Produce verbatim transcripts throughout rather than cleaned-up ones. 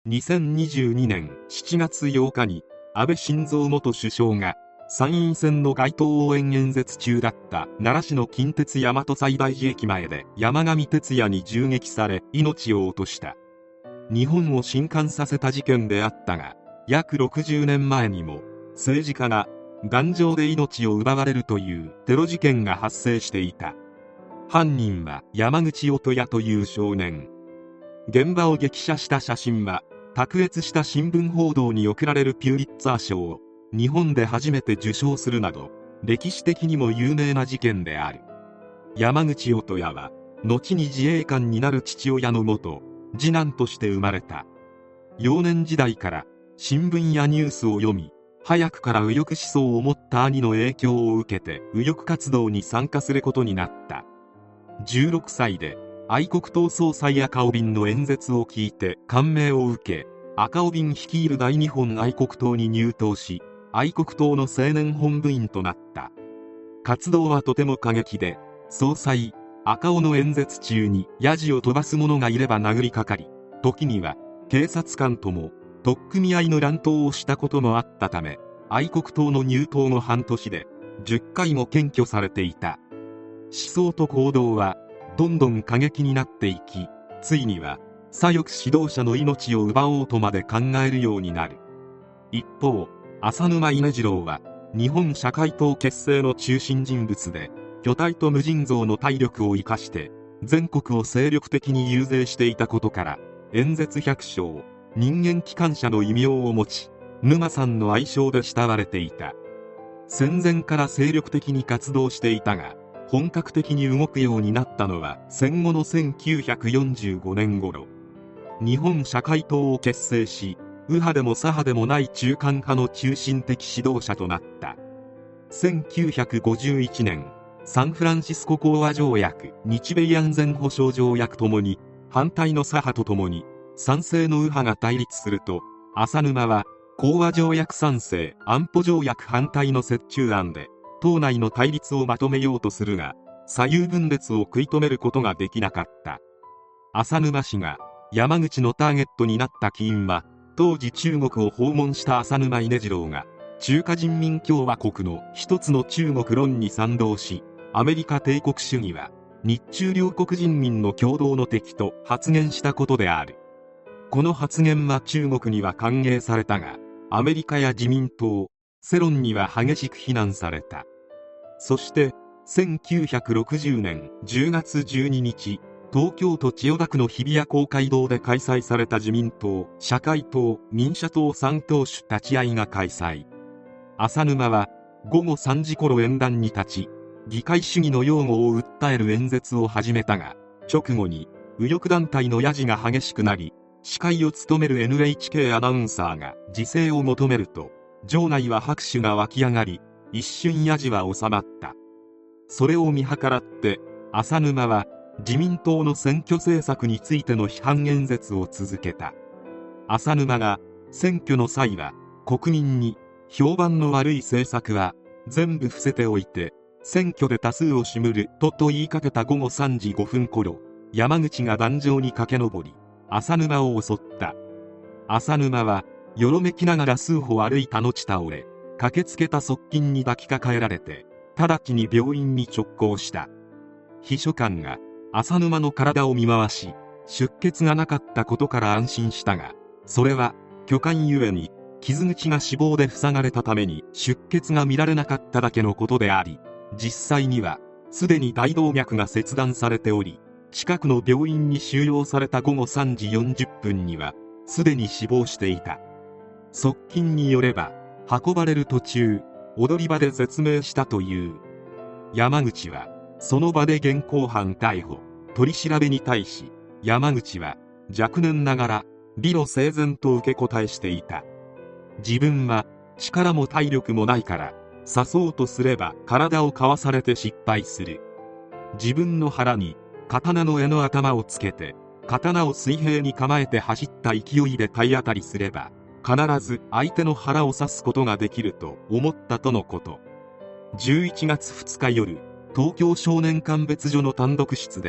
にせんにじゅうにねんしちがつようかに安倍晋三元首相が参院選の街頭応援演説中だった奈良市の近鉄大和西大寺駅前で山上徹也に銃撃され命を落とした。日本を震撼させた事件であったが、約ろくじゅうねんまえにも政治家が弾杖で命を奪われるというテロ事件が発生していた。犯人は山口音也という少年。現場を激写した写真は卓越した新聞報道に贈られるピューリッツァー賞を日本で初めて受賞するなど歴史的にも有名な事件である。山口音也は後に自衛官になる父親のもと次男として生まれた。幼年時代から新聞やニュースを読み、早くから右翼思想を持った兄の影響を受けて右翼活動に参加することになった。じゅうろくさいで愛国党総裁赤尾敏の演説を聞いて感銘を受け、赤尾敏率いる大日本愛国党に入党し、愛国党の青年本部員となった。活動はとても過激で、総裁赤尾の演説中にヤジを飛ばす者がいれば殴りかかり、時には警察官とも取っ組み合いの乱闘をしたこともあったため、愛国党の入党後半年でじゅっかいも検挙されていた。思想と行動はどんどん過激になっていき、ついには左翼指導者の命を奪おうとまで考えるようになる。一方、浅沼稲次郎は日本社会党結成の中心人物で、巨体と無尽蔵の体力を生かして全国を精力的に遊説していたことから、演説百姓、人間機関車の異名を持ち、沼さんの愛称で慕われていた。戦前から精力的に活動していたが、本格的に動くようになったのは戦後のせんきゅうひゃくよんじゅうごねん頃。日本社会党を結成し、右派でも左派でもない中間派の中心的指導者となった。せんきゅうひゃくごじゅういちねん、サンフランシスコ講和条約、日米安全保障条約ともに反対の左派とともに賛成の右派が対立すると、浅沼は講和条約賛成、安保条約反対の折衷案で党内の対立をまとめようとするが、左右分裂を食い止めることができなかった。浅沼氏が山口のターゲットになった起因は、当時中国を訪問した浅沼稲次郎が中華人民共和国の一つの中国論に賛同し、アメリカ帝国主義は日中両国人民の共同の敵と発言したことである。この発言は中国には歓迎されたが、アメリカや自民党、世論には激しく非難された。そしてせんきゅうひゃくろくじゅうねんじゅうがつじゅうににち、東京都千代田区の日比谷公会堂で開催された自民党、社会党、民社党さん党首立ち会いが開催。浅沼はごごさんじ頃演壇に立ち、議会主義の擁護を訴える演説を始めたが、直後に右翼団体のヤジが激しくなり、司会を務める エヌエイチケー アナウンサーが自制を求めると、場内は拍手が湧き上がり、一瞬ヤジは収まった。それを見計らって浅沼は自民党の選挙政策についての批判演説を続けた。浅沼が選挙の際は国民に評判の悪い政策は全部伏せておいて選挙で多数を占めるとと言いかけたごごさんじごふん頃、山口が壇上に駆け上り浅沼を襲った。浅沼はよろめきながら数歩歩いた後倒れ、駆けつけた側近に抱きかかえられて直ちに病院に直行した。秘書官が浅沼の体を見回し、出血がなかったことから安心したが、それは巨漢ゆえに傷口が脂肪で塞がれたために出血が見られなかっただけのことであり、実際にはすでに大動脈が切断されており、近くの病院に収容されたごごさんじよんじゅっぷんにはすでに死亡していた。側近によれば運ばれる途中、踊り場で絶命したという。山口はその場で現行犯逮捕。取り調べに対し山口は若年ながら理路整然と受け答えしていた。自分は力も体力もないから刺そうとすれば体をかわされて失敗する。自分の腹に刀の柄の頭をつけて刀を水平に構えて走った勢いで体当たりすれば必ず相手の腹を刺すことができると思ったとのこと。じゅういちがつふつか夜、東京少年鑑別所の単独室で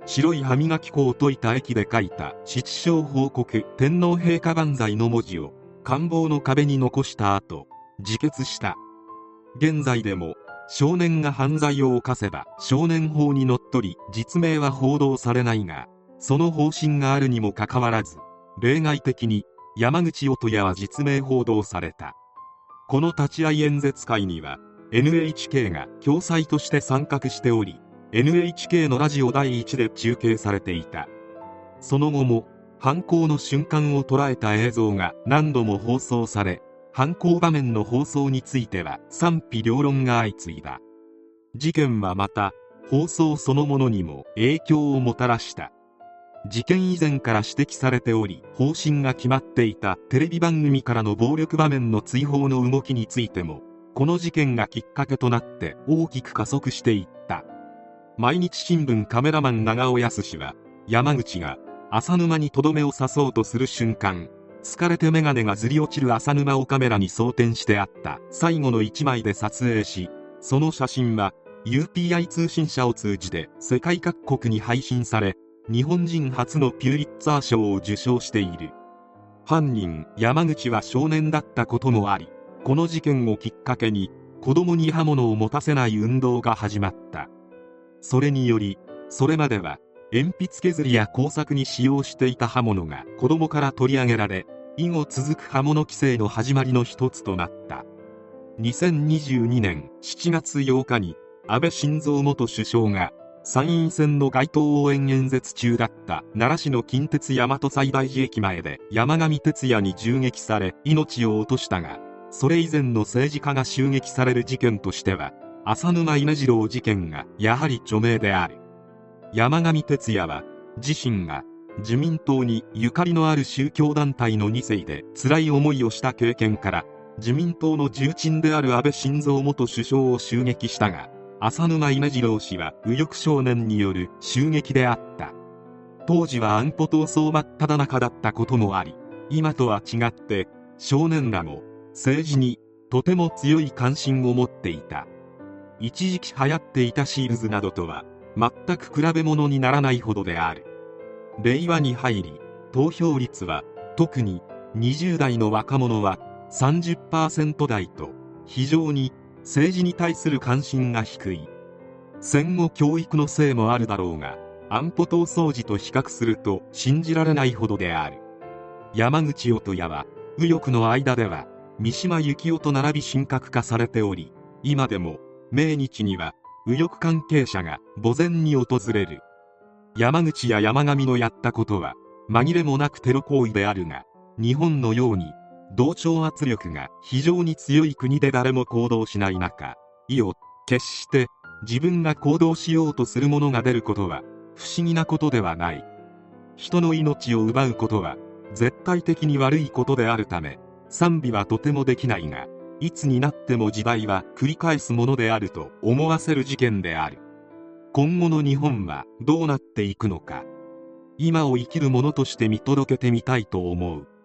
白い歯磨き粉を溶いた液で書いた七小報告天皇陛下万歳の文字を官房の壁に残した後自決した。現在でも少年が犯罪を犯せば少年法にのっとり実名は報道されないが、その方針があるにもかかわらず例外的に山口音也は実名報道された。この立ち会い演説会には エヌエイチケー が共催として参画しており、 エヌエイチケー のラジオだいいちで中継されていた。その後も犯行の瞬間を捉えた映像が何度も放送され、犯行場面の放送については賛否両論が相次いだ。事件はまた放送そのものにも影響をもたらした。事件以前から指摘されており方針が決まっていたテレビ番組からの暴力場面の追放の動きについても、この事件がきっかけとなって大きく加速していった。毎日新聞カメラマン長尾康は、山口が浅沼にとどめを刺そうとする瞬間、疲れて眼鏡がずり落ちる浅沼をカメラに装填してあった最後の一枚で撮影し、その写真は ユーピーアイ 通信社を通じて世界各国に配信され、日本人初のピューリッツァー賞を受賞している。犯人山口は少年だったこともあり、この事件をきっかけに子供に刃物を持たせない運動が始まった。それにより、それまでは鉛筆削りや工作に使用していた刃物が子供から取り上げられ、以後続く刃物規制の始まりの一つとなった。にせんにじゅうにねんしちがつようかに安倍晋三元首相が参院選の街頭応援演説中だった奈良市の近鉄大和西大寺駅前で山上徹也に銃撃され命を落としたが、それ以前の政治家が襲撃される事件としては浅沼稲次郎事件がやはり著名である。山上徹也は自身が自民党にゆかりのある宗教団体のに世で辛い思いをした経験から自民党の重鎮である安倍晋三元首相を襲撃したが、浅沼稲次郎氏は右翼少年による襲撃であった。当時は安保闘争真っ只中だったこともあり、今とは違って少年らも政治にとても強い関心を持っていた。一時期流行っていたシールズなどとは全く比べ物にならないほどである。令和に入り投票率は特ににじゅう代の若者は さんじゅっパーセント 台と非常に政治に対する関心が低い。戦後教育のせいもあるだろうが、安保闘争時と比較すると信じられないほどである。山口音也は右翼の間では三島由紀夫と並び神格化されており、今でも命日には右翼関係者が墓前に訪れる。山口や山上のやったことは紛れもなくテロ行為であるが、日本のように同調圧力が非常に強い国で誰も行動しない中、意を決して自分が行動しようとする者が出ることは不思議なことではない。人の命を奪うことは絶対的に悪いことであるため賛美はとてもできないが、いつになっても時代は繰り返すものであると思わせる事件である。今後の日本はどうなっていくのか、今を生きる者として見届けてみたいと思う。